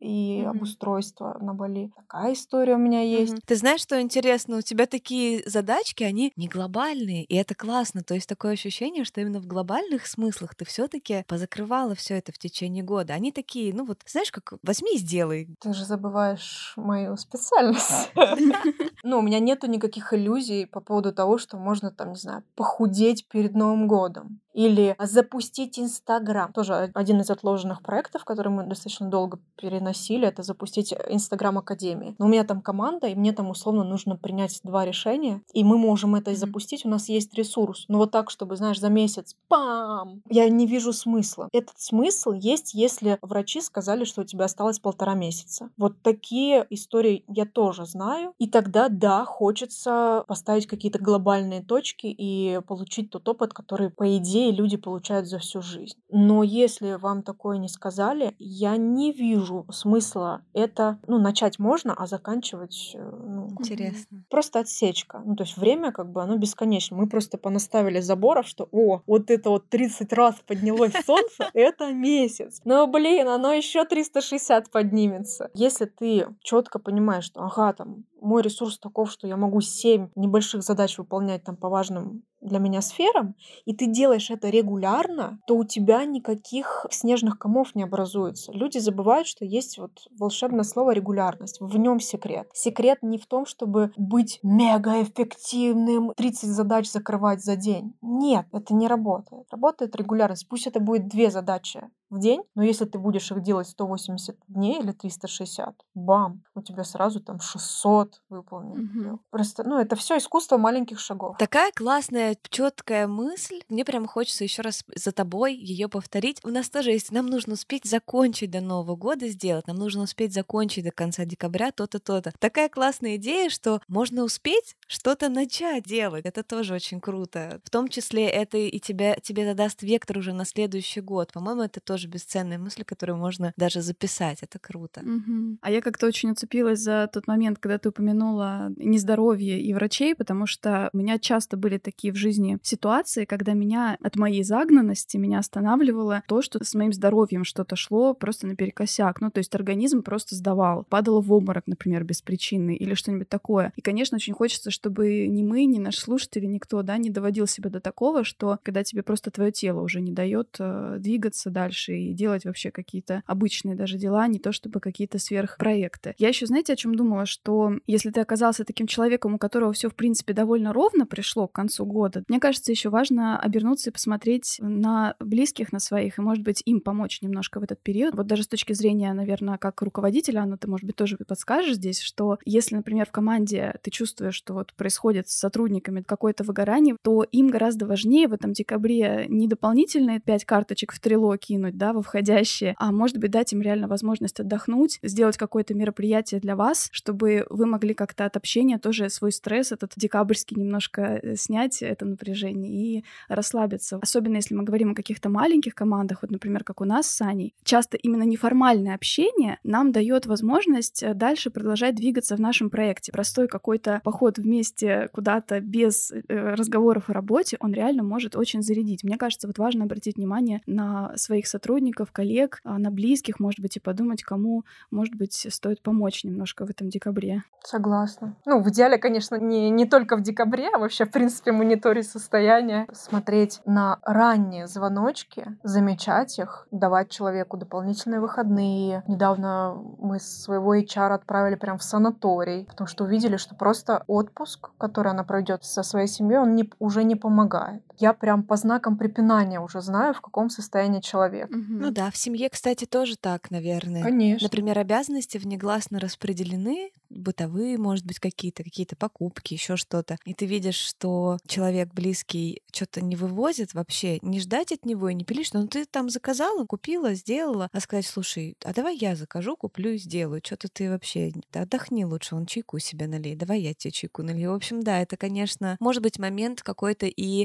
и обустройство на Бали. Такая история у меня есть. Ты знаешь, что интересно? У тебя такие задачки, они не глобальные, и это классно. То есть такое ощущение, что именно в глобальных смыслах ты все-таки позакрывала все это в течение года. Они такие, ну вот, знаешь, как возьми и сделай. Ты же забываешь мою специальность. Ну, у меня нету никаких иллюзий по поводу того, что можно там, не знаю, похудеть перед Новым годом. Или запустить Инстаграм. Тоже один из отложенных проектов, который мы достаточно долго переносили, это запустить Инстаграм Академии. Но у меня там команда, и мне там условно нужно принять 2 решения, и мы можем это и запустить, у нас есть ресурс. Но вот так, чтобы, знаешь, за месяц, пам! Я не вижу смысла. Этот смысл есть, если врачи сказали, что у тебя осталось 1,5 месяца. Вот такие истории я тоже знаю. И тогда, да, хочется поставить какие-то глобальные точки и получить тот опыт, который, по идее, люди получают за всю жизнь. Но если вам такое не сказали, я не вижу смысла это, начать можно, а заканчивать, Интересно. просто отсечка. То есть время как бы оно бесконечно. Мы просто понаставили заборов, что вот это вот 30 раз поднялось солнце, это месяц. Но, оно еще 360 поднимется. Если ты четко понимаешь, что там мой ресурс таков, что я могу 7 небольших задач выполнять там по важным для меня сферам, и ты делаешь это регулярно, то у тебя никаких снежных комов не образуется. Люди забывают, что есть вот волшебное слово регулярность. В нем секрет. Секрет не в том, чтобы быть мегаэффективным, 30 задач закрывать за день. Нет, это не работает. Работает регулярность. Пусть это будет 2 задачи в день, но если ты будешь их делать 180 дней или 360, бам, у тебя сразу там 600 выполнено. Просто, это все искусство маленьких шагов. Такая классная, четкая мысль. Мне прям хочется еще раз за тобой ее повторить. У нас тоже есть, нам нужно успеть закончить до Нового года сделать, нам нужно успеть закончить до конца декабря то-то, то-то. Такая классная идея, что можно успеть что-то начать делать. Это тоже очень круто. В том числе это и тебе задаст вектор уже на следующий год. По-моему, это тоже бесценная мысль, которую можно даже записать. Это круто. А я как-то очень уцепилась за тот момент, когда ты упомянула нездоровье и врачей, потому что у меня часто были такие в жизни ситуации, когда меня от моей загнанности меня останавливало то, что с моим здоровьем что-то шло просто наперекосяк. То есть организм просто сдавал, падал в обморок, например, без причины или что-нибудь такое. И, конечно, очень хочется, чтобы ни мы, ни наш слушатель, никто, не доводил себя до такого, что когда тебе просто твое тело уже не дает двигаться дальше и делать вообще какие-то обычные даже дела, не то чтобы какие-то сверхпроекты. Я еще, знаете, о чем думала, что если ты оказался таким человеком, у которого все в принципе довольно ровно пришло к концу года, мне кажется, еще важно обернуться и посмотреть на близких, на своих, и, может быть, им помочь немножко в этот период. Вот даже с точки зрения, наверное, как руководителя, Анна, ты, может быть, тоже подскажешь здесь, что если, например, в команде ты чувствуешь, что вот происходит с сотрудниками какое-то выгорание, то им гораздо важнее в этом декабре не дополнительные 5 карточек в трело кинуть, во входящие, а может быть, дать им реально возможность отдохнуть, сделать какое-то мероприятие для вас, чтобы вы могли как-то от общения тоже свой стресс этот декабрьский немножко снять, это напряжение, и расслабиться. Особенно если мы говорим о каких-то маленьких командах, вот, например, как у нас с Аней, часто именно неформальное общение нам дает возможность дальше продолжать двигаться в нашем проекте. Простой какой-то поход вместе куда-то без разговоров о работе, он реально может очень зарядить. Мне кажется, вот важно обратить внимание на своих сотрудников, коллег, на близких, может быть, и подумать, кому, может быть, стоит помочь немножко в этом декабре. Согласна. В идеале, конечно, не только в декабре, а вообще, в принципе, мониторить состояние, смотреть на ранние звоночки, замечать их, давать человеку дополнительные выходные. Недавно мы своего HR отправили прям в санаторий, потому что увидели, что просто отпуск, который она проведет со своей семьей, он уже не помогает. Я прям по знакам препинания уже знаю, в каком состоянии человек. Ну да, в семье, кстати, тоже так, наверное. Конечно. Например, обязанности внегласно распределены, бытовые, может быть, какие-то покупки, еще что-то. И ты видишь, что человек близкий что-то не вывозит вообще, не ждать от него и не пилить, что ты там заказала, купила, сделала, а сказать: слушай, а давай я закажу, куплю и сделаю. Что-то ты вообще отдохни лучше, чайку себе налей, давай я тебе чайку налью. В общем, да, это, конечно, может быть момент какой-то и скооперироваться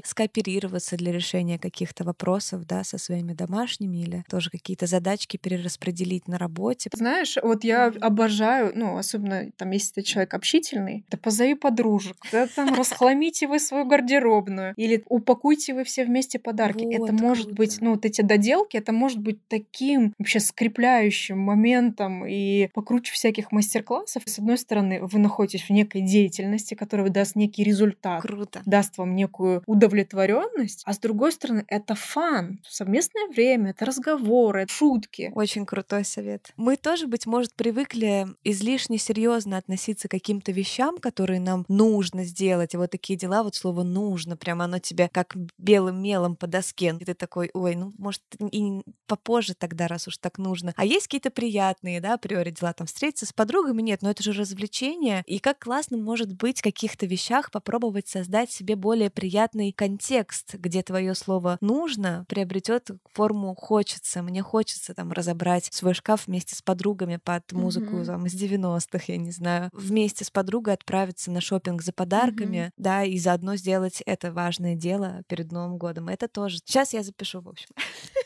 интегрироваться для решения каких-то вопросов, да, со своими домашними или тоже какие-то задачки перераспределить на работе. Знаешь, вот я обожаю, ну, особенно там, если ты человек общительный, да позови подружек, да там расхламите вы свою гардеробную, или упакуйте вы все вместе подарки. Это Вот, может быть, круто. ну, вот эти доделки, это может быть таким вообще скрепляющим моментом и покруче всяких мастер-классов. С одной стороны, вы находитесь в некой деятельности, которая даст некий результат, Круто. даст вам некую удовлетворенность, а с другой стороны, это фан, совместное время, это разговоры, это шутки. Очень крутой совет. Мы тоже, быть может, привыкли излишне серьезно относиться к каким-то вещам, которые нам нужно сделать. И вот такие дела, вот слово нужно, прямо оно тебе как белым мелом по доске. И ты такой, ой, ну, может, и попозже тогда, раз уж так нужно. А есть какие-то приятные, да, априори дела, там, встретиться с подругами, нет, но это же развлечение. И как классно может быть в каких-то вещах попробовать создать себе более приятный контекст, где твое слово нужно приобретет форму хочется. Мне хочется там разобрать свой шкаф вместе с подругами под музыку там, из 90-х, я не знаю. Вместе с подругой отправиться на шопинг за подарками, да, и заодно сделать это важное дело перед Новым годом. Это тоже. Сейчас я запишу, в общем.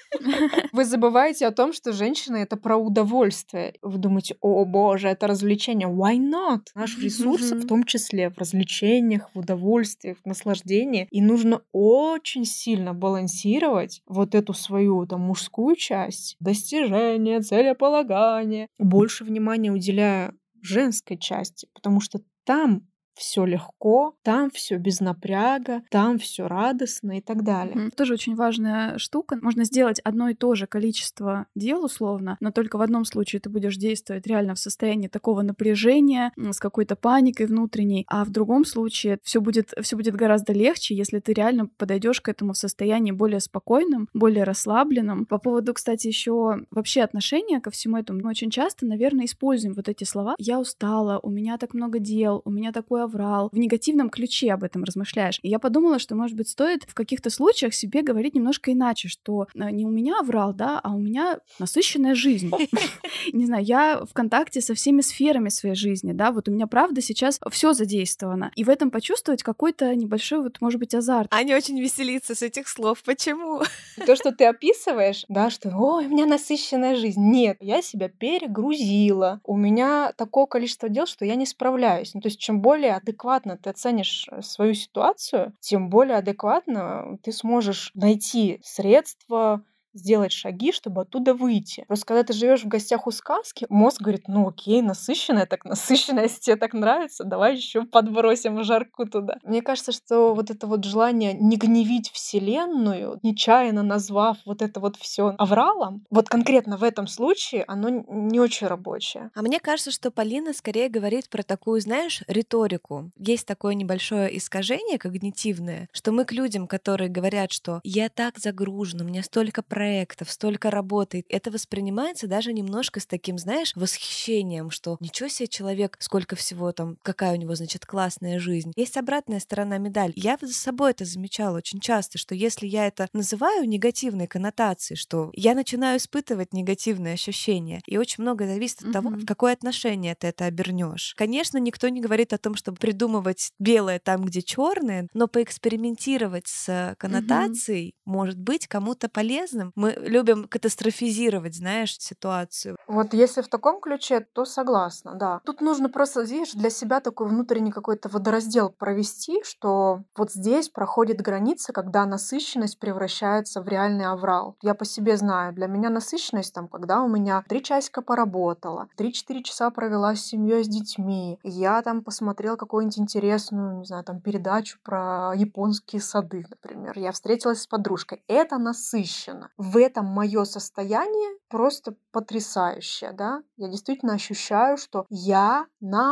Вы забываете о том, что женщина — это про удовольствие. Вы думаете, о боже, это развлечение. Why not? Наш ресурс в том числе в развлечениях, в удовольствиях, в наслаждении. И нужно очень сильно балансировать вот эту свою там мужскую часть, достижения, целеполагания, больше внимания уделяя женской части, потому что там все легко, там все без напряга, там все радостно и так далее. Тоже очень важная штука. Можно сделать одно и то же количество дел условно, но только в одном случае ты будешь действовать реально в состоянии такого напряжения, с какой-то паникой внутренней, а в другом случае все будет гораздо легче, если ты реально подойдешь к этому в состоянии более спокойном, более расслабленном. По поводу, кстати, еще вообще отношения ко всему этому, мы очень часто, наверное, используем вот эти слова: «Я устала», «У меня так много дел», «У меня такой аврал». В негативном ключе об этом размышляешь. И я подумала, что, может быть, стоит в каких-то случаях себе говорить немножко иначе, что не у меня аврал, да, а у меня насыщенная жизнь. Не знаю, я в контакте со всеми сферами своей жизни, да, вот у меня, правда, сейчас все задействовано. И в этом почувствовать какой-то небольшой, вот, может быть, азарт. Аня очень веселится с этих слов. Почему? То, что ты описываешь, да, что «Ой, у меня насыщенная жизнь». Нет, я себя перегрузила. У меня такое количество дел, что я не справляюсь. Ну, то есть чем более адекватно ты оценишь свою ситуацию, тем более адекватно ты сможешь найти средства, сделать шаги, чтобы оттуда выйти. Просто когда ты живешь в гостях у сказки, мозг говорит: ну окей, насыщенная, так насыщенная, если тебе так нравится, давай еще подбросим жарку туда. Мне кажется, что вот это вот желание не гневить Вселенную, нечаянно назвав вот это вот все авралом, вот конкретно в этом случае оно не очень рабочее. А мне кажется, что Полина скорее говорит про такую, знаешь, риторику. Есть такое небольшое искажение когнитивное, что мы к людям, которые говорят, что я так загружена, у меня столько проектов, столько работы, это воспринимается даже немножко с таким, знаешь, восхищением, что ничего себе человек, сколько всего там, какая у него, значит, классная жизнь. Есть обратная сторона медали. Я за собой это замечала очень часто, что если я это называю негативной коннотацией, что я начинаю испытывать негативные ощущения, и очень многое зависит от того, в какое отношение ты это обернешь. Конечно, никто не говорит о том, чтобы придумывать белое там, где черное, но поэкспериментировать с коннотацией может быть кому-то полезным. Мы любим катастрофизировать, знаешь, ситуацию. Вот если в таком ключе, то согласна, да. Тут нужно просто, видишь, для себя такой внутренний какой-то водораздел провести, что вот здесь проходит граница, когда насыщенность превращается в реальный аврал. Я по себе знаю, для меня насыщенность там, когда у меня 3 часика поработала, 3-4 часа провела с семьей, с детьми, я там посмотрела какую-нибудь интересную, не знаю, там передачу про японские сады, например, я встретилась с подружкой. Это насыщенно. В этом мое состояние просто потрясающее, да. Я действительно ощущаю, что я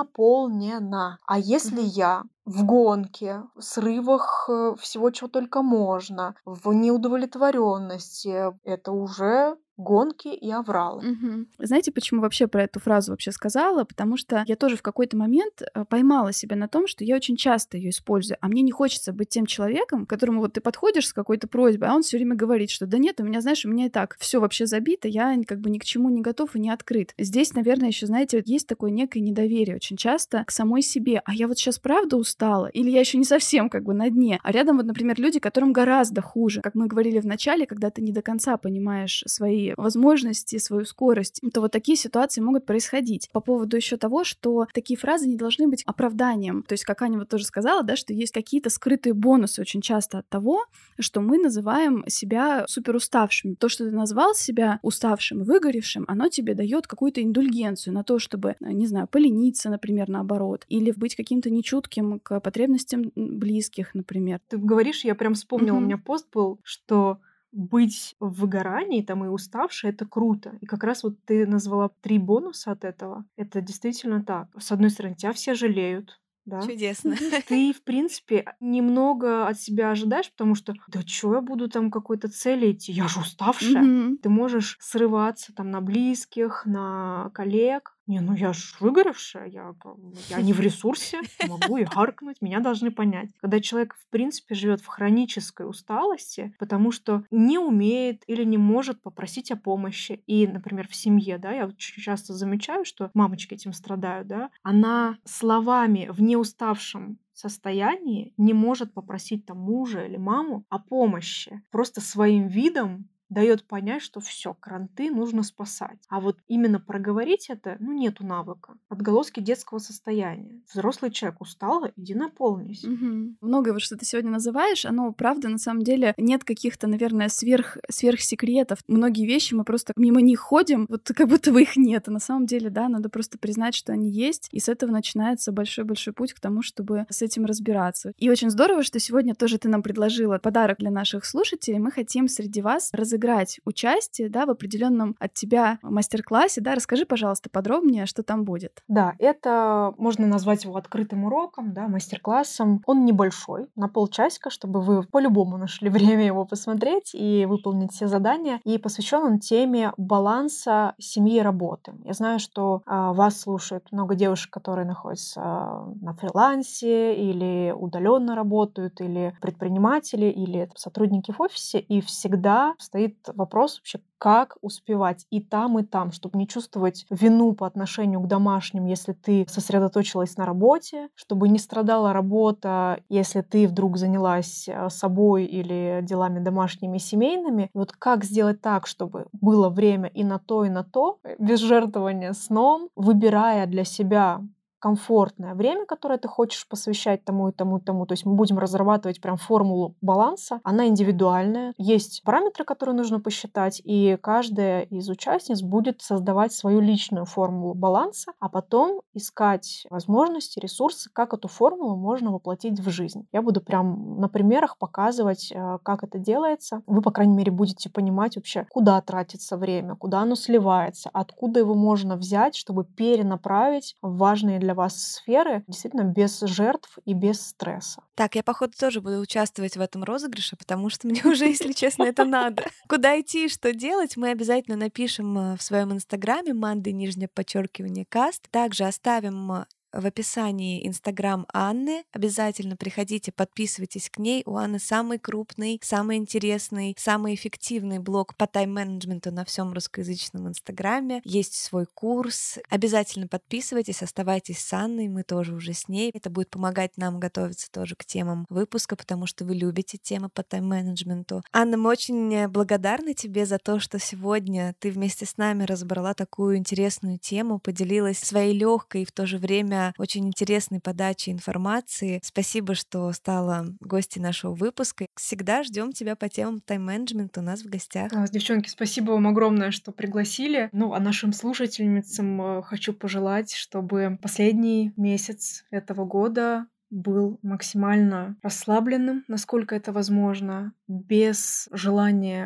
наполнена. А если я в гонке, в срывах всего, чего только можно, в неудовлетворенности, это уже гонки и авралы. Знаете, почему вообще про эту фразу вообще сказала? Потому что я тоже в какой-то момент поймала себя на том, что я очень часто ее использую, а мне не хочется быть тем человеком, к которому вот ты подходишь с какой-то просьбой, а он все время говорит, что да нет, у меня, знаешь, у меня и так все вообще забито, я как бы ни к чему не готов и не открыт. Здесь, наверное, еще, знаете, вот есть такое некое недоверие очень часто к самой себе. А я вот сейчас правда устала? Или я еще не совсем как бы на дне? А рядом вот, например, люди, которым гораздо хуже. Как мы говорили в начале, когда ты не до конца понимаешь свои возможности, свою скорость, то вот такие ситуации могут происходить. По поводу еще того, что такие фразы не должны быть оправданием. То есть, как Аня вот тоже сказала, да, что есть какие-то скрытые бонусы очень часто от того, что мы называем себя суперуставшими. То, что ты назвал себя уставшим, выгоревшим, оно тебе дает какую-то индульгенцию на то, чтобы, не знаю, полениться, например, наоборот, или быть каким-то нечутким к потребностям близких, например. Ты говоришь, я прям вспомнила, у меня пост был, что быть в выгорании там и уставшей — это круто. И как раз вот ты назвала 3 бонуса от этого. Это действительно так. С одной стороны, тебя все жалеют, да. Чудесно. Ты, в принципе, немного от себя ожидаешь, потому что да чё я буду там к какой-то цели идти? Я же уставшая. Ты можешь срываться там на близких, на коллег. Не, ну я ж выгоревшая, я не в ресурсе, могу и харкнуть, меня должны понять. Когда человек, в принципе, живет в хронической усталости, потому что не умеет или не может попросить о помощи. И, например, в семье, да, я очень часто замечаю, что мамочки этим страдают, да, она словами в неуставшем состоянии не может попросить там мужа или маму о помощи. Просто своим видом дает понять, что все, кранты нужно спасать. А вот именно проговорить это, ну, нету навыка. Отголоски детского состояния. Взрослый человек устала, иди наполнись. Многое, вот что ты сегодня называешь, оно, правда, на самом деле нет каких-то, наверное, сверхсекретов. Многие вещи мы просто мимо них ходим, вот как будто бы их нет. А на самом деле, да, надо просто признать, что они есть, и с этого начинается большой-большой путь к тому, чтобы с этим разбираться. И очень здорово, что сегодня тоже ты нам предложила подарок для наших слушателей. Мы хотим среди вас разыграть участие, да, в определенном от тебя мастер-классе, да, расскажи, пожалуйста, подробнее, что там будет. Да, это можно назвать его открытым уроком, да, мастер-классом. Он небольшой, на полчасика, чтобы вы по-любому нашли время его посмотреть и выполнить все задания. И посвящен он теме баланса семьи и работы. Я знаю, что вас слушают много девушек, которые находятся на фрилансе или удаленно работают, или предприниматели, или сотрудники в офисе, и всегда стоит вопрос вообще, как успевать и там, чтобы не чувствовать вину по отношению к домашним, если ты сосредоточилась на работе, чтобы не страдала работа, если ты вдруг занялась собой или делами домашними и семейными. Вот как сделать так, чтобы было время и на то, без жертвования сном, выбирая для себя комфортное время, которое ты хочешь посвящать тому и тому и тому. То есть мы будем разрабатывать прям формулу баланса. Она индивидуальная. Есть параметры, которые нужно посчитать, и каждая из участниц будет создавать свою личную формулу баланса, а потом искать возможности, ресурсы, как эту формулу можно воплотить в жизнь. Я буду прям на примерах показывать, как это делается. Вы, по крайней мере, будете понимать вообще, куда тратится время, куда оно сливается, откуда его можно взять, чтобы перенаправить в важные для вас сферы, действительно без жертв и без стресса. Так, я, походу, тоже буду участвовать в этом розыгрыше, потому что мне уже, если честно, это надо. Куда идти и что делать, мы обязательно напишем в своем инстаграме Monday_cast. Также оставим в описании Инстаграм Анны. Обязательно приходите, подписывайтесь к ней. У Анны самый крупный, самый интересный, самый эффективный блог по тайм-менеджменту на всем русскоязычном Инстаграме. Есть свой курс. Обязательно подписывайтесь, оставайтесь с Анной, мы тоже уже с ней. Это будет помогать нам готовиться тоже к темам выпуска, потому что вы любите темы по тайм-менеджменту. Анна, мы очень благодарны тебе за то, что сегодня ты вместе с нами разобрала такую интересную тему, поделилась своей легкой и в то же время очень интересной подачей информации. Спасибо, что стала гостьей нашего выпуска. Всегда ждем тебя по темам тайм-менеджмента у нас в гостях. Девчонки, спасибо вам огромное, что пригласили. А нашим слушательницам хочу пожелать, чтобы последний месяц этого года был максимально расслабленным, насколько это возможно, без желания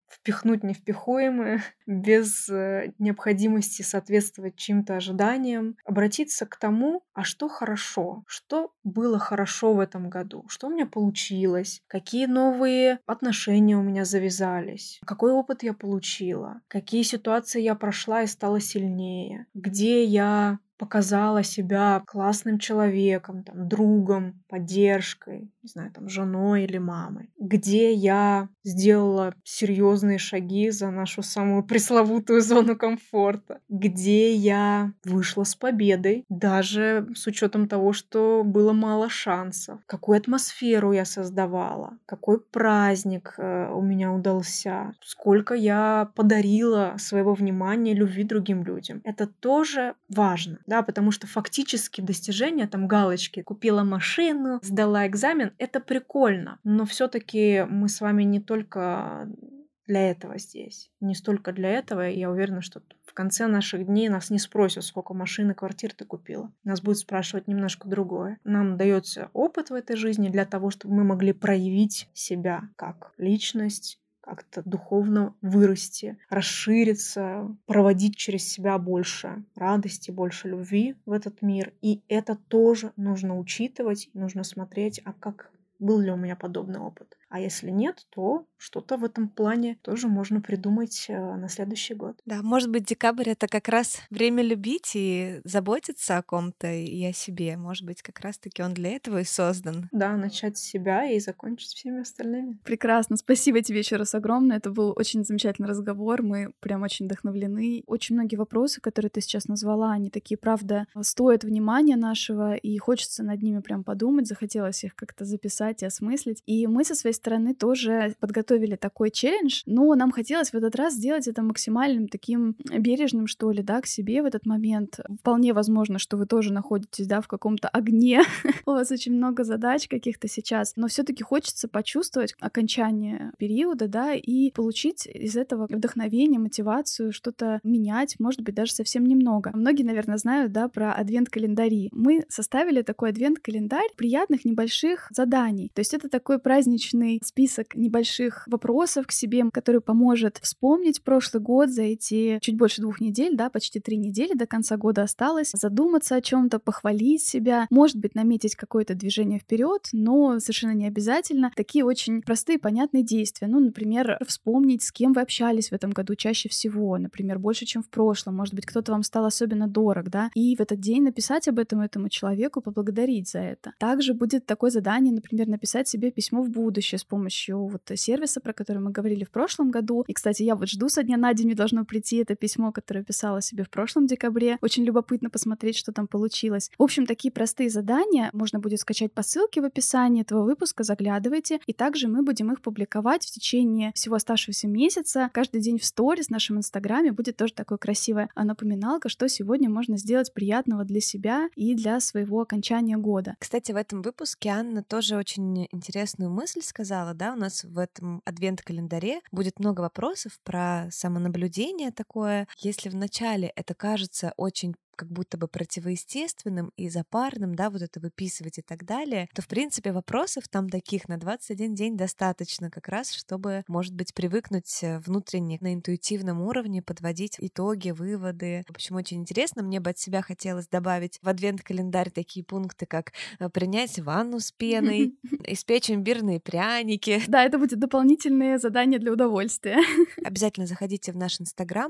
впихнуть невпихуемое, без необходимости соответствовать чьим-то ожиданиям, обратиться к тому, а что хорошо, что было хорошо в этом году, что у меня получилось, какие новые отношения у меня завязались, какой опыт я получила, какие ситуации я прошла и стала сильнее, где я показала себя классным человеком, там, другом, поддержкой, не знаю, там, женой или мамой, где я сделала серьезные шаги за нашу самую пресловутую зону комфорта, где я вышла с победой, даже с учетом того, что было мало шансов, какую атмосферу я создавала, какой праздник у меня удался, сколько я подарила своего внимания, любви другим людям. Это тоже важно. Да, потому что фактически достижения, там галочки, купила машину, сдала экзамен, это прикольно, но все-таки мы с вами не только для этого здесь, не столько для этого, и я уверена, что в конце наших дней нас не спросят, сколько машин и квартир ты купила. Нас будут спрашивать немножко другое. Нам дается опыт в этой жизни для того, чтобы мы могли проявить себя как личность, как-то духовно вырасти, расшириться, проводить через себя больше радости, больше любви в этот мир. И это тоже нужно учитывать, нужно смотреть, а как был ли у меня подобный опыт. А если нет, то что-то в этом плане тоже можно придумать на следующий год. Да, может быть, декабрь — это как раз время любить и заботиться о ком-то и о себе. Может быть, как раз-таки он для этого и создан. Да, начать с себя и закончить всеми остальными. Прекрасно. Спасибо тебе еще раз огромное. Это был очень замечательный разговор. Мы прям очень вдохновлены. Очень многие вопросы, которые ты сейчас назвала, они такие, правда, стоят внимания нашего, и хочется над ними прям подумать. Захотелось их как-то записать и осмыслить. И мы со своей стороны тоже подготовили такой челлендж, но нам хотелось в этот раз сделать это максимальным таким бережным, что ли, да, к себе в этот момент. Вполне возможно, что вы тоже находитесь, да, в каком-то огне. У вас очень много задач каких-то сейчас, но все-таки хочется почувствовать окончание периода, да, и получить из этого вдохновение, мотивацию, что-то менять, может быть, даже совсем немного. Многие, наверное, знают, да, про адвент-календари. Мы составили такой адвент-календарь приятных небольших заданий. То есть это такой праздничный список небольших вопросов к себе, который поможет вспомнить прошлый год за эти чуть больше 2 недель, да, почти 3 недели до конца года осталось, задуматься о чем-то, похвалить себя, может быть, наметить какое-то движение вперед, но совершенно не обязательно. Такие очень простые, понятные действия. Ну, например, вспомнить, с кем вы общались в этом году чаще всего, например, больше, чем в прошлом. Может быть, кто-то вам стал особенно дорог, да, и в этот день написать об этом этому человеку, поблагодарить за это. Также будет такое задание, например, написать себе письмо в будущее с помощью вот сервиса, про который мы говорили в прошлом году. И, кстати, я вот жду, со дня на день мне должно прийти это письмо, которое я писала себе в прошлом декабре. Очень любопытно посмотреть, что там получилось. В общем, такие простые задания можно будет скачать по ссылке в описании этого выпуска, заглядывайте. И также мы будем их публиковать в течение всего оставшегося месяца. Каждый день в сторис в нашем инстаграме будет тоже такое красивое напоминалка, что сегодня можно сделать приятного для себя и для своего окончания года. Кстати, в этом выпуске Анна тоже очень интересную мысль сказала, да, у нас в этом адвент-календаре будет много вопросов про самонаблюдение такое. Если вначале это кажется очень как будто бы противоестественным и запарным, да, вот это выписывать и так далее, то, в принципе, вопросов там таких на 21 день достаточно как раз, чтобы, может быть, привыкнуть внутренне на интуитивном уровне подводить итоги, выводы. В общем, очень интересно. Мне бы от себя хотелось добавить в адвент-календарь такие пункты, как принять ванну с пеной, испечь имбирные пряники. Да, это будет дополнительное задание для удовольствия. Обязательно заходите в наш инстаграм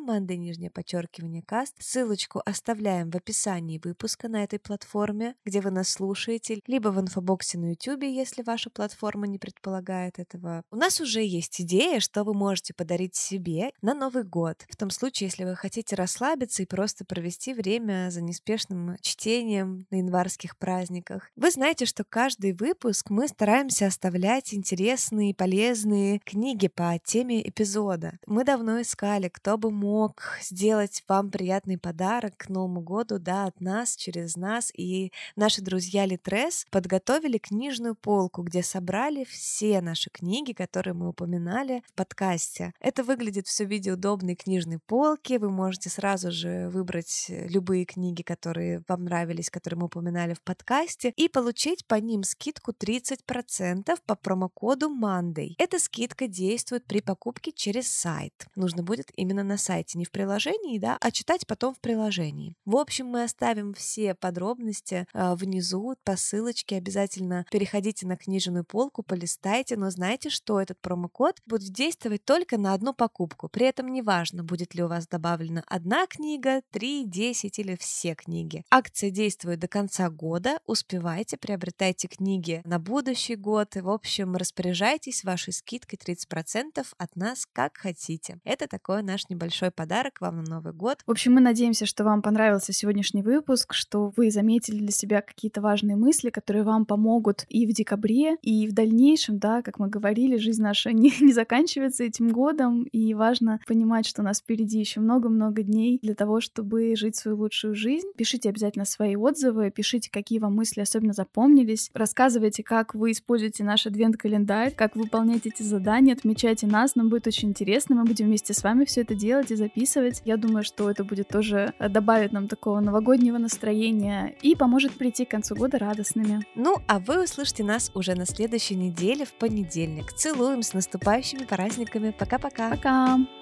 _каст. Ссылочку оставляем в описании выпуска на этой платформе, где вы нас слушаете, либо в инфобоксе на YouTube, если ваша платформа не предполагает этого. У нас уже есть идея, что вы можете подарить себе на Новый год. В том случае, если вы хотите расслабиться и просто провести время за неспешным чтением на январских праздниках. Вы знаете, что каждый выпуск мы стараемся оставлять интересные, полезные книги по теме эпизода. Мы давно искали, кто бы мог сделать вам приятный подарок к Новому году, да, от нас, через нас. И наши друзья Литрес подготовили книжную полку, где собрали все наши книги, которые мы упоминали в подкасте. Это выглядит все в виде удобной книжной полки. Вы можете сразу же выбрать любые книги, которые вам нравились, которые мы упоминали в подкасте, и получить по ним скидку 30% по промокоду Monday. Эта скидка действует при покупке через сайт. Нужно будет именно на сайте, не в приложении, да, а читать потом в приложении. В общем, мы оставим все подробности внизу по ссылочке. Обязательно переходите на книжную полку, полистайте, но знайте, что этот промокод будет действовать только на одну покупку. При этом неважно, будет ли у вас добавлена одна книга, 3, 10 или все книги. Акция действует до конца года. Успевайте, приобретайте книги на будущий год. И, в общем, распоряжайтесь вашей скидкой 30% от нас как хотите. Это такой наш небольшой подарок вам на Новый год. В общем, мы надеемся, что вам понравился сегодняшний выпуск, что вы заметили для себя какие-то важные мысли, которые вам помогут и в декабре, и в дальнейшем, да, как мы говорили, жизнь наша не заканчивается этим годом, и важно понимать, что у нас впереди еще много-много дней для того, чтобы жить свою лучшую жизнь. Пишите обязательно свои отзывы, пишите, какие вам мысли особенно запомнились, рассказывайте, как вы используете наш адвент-календарь, как выполняете эти задания, отмечайте нас, нам будет очень интересно, мы будем вместе с вами все это делать и записывать. Я думаю, что это будет тоже добавить нам такого новогоднего настроения и поможет прийти к концу года радостными. Ну, а вы услышите нас уже на следующей неделе в понедельник. Целуем, с наступающими праздниками. Пока-пока. Пока!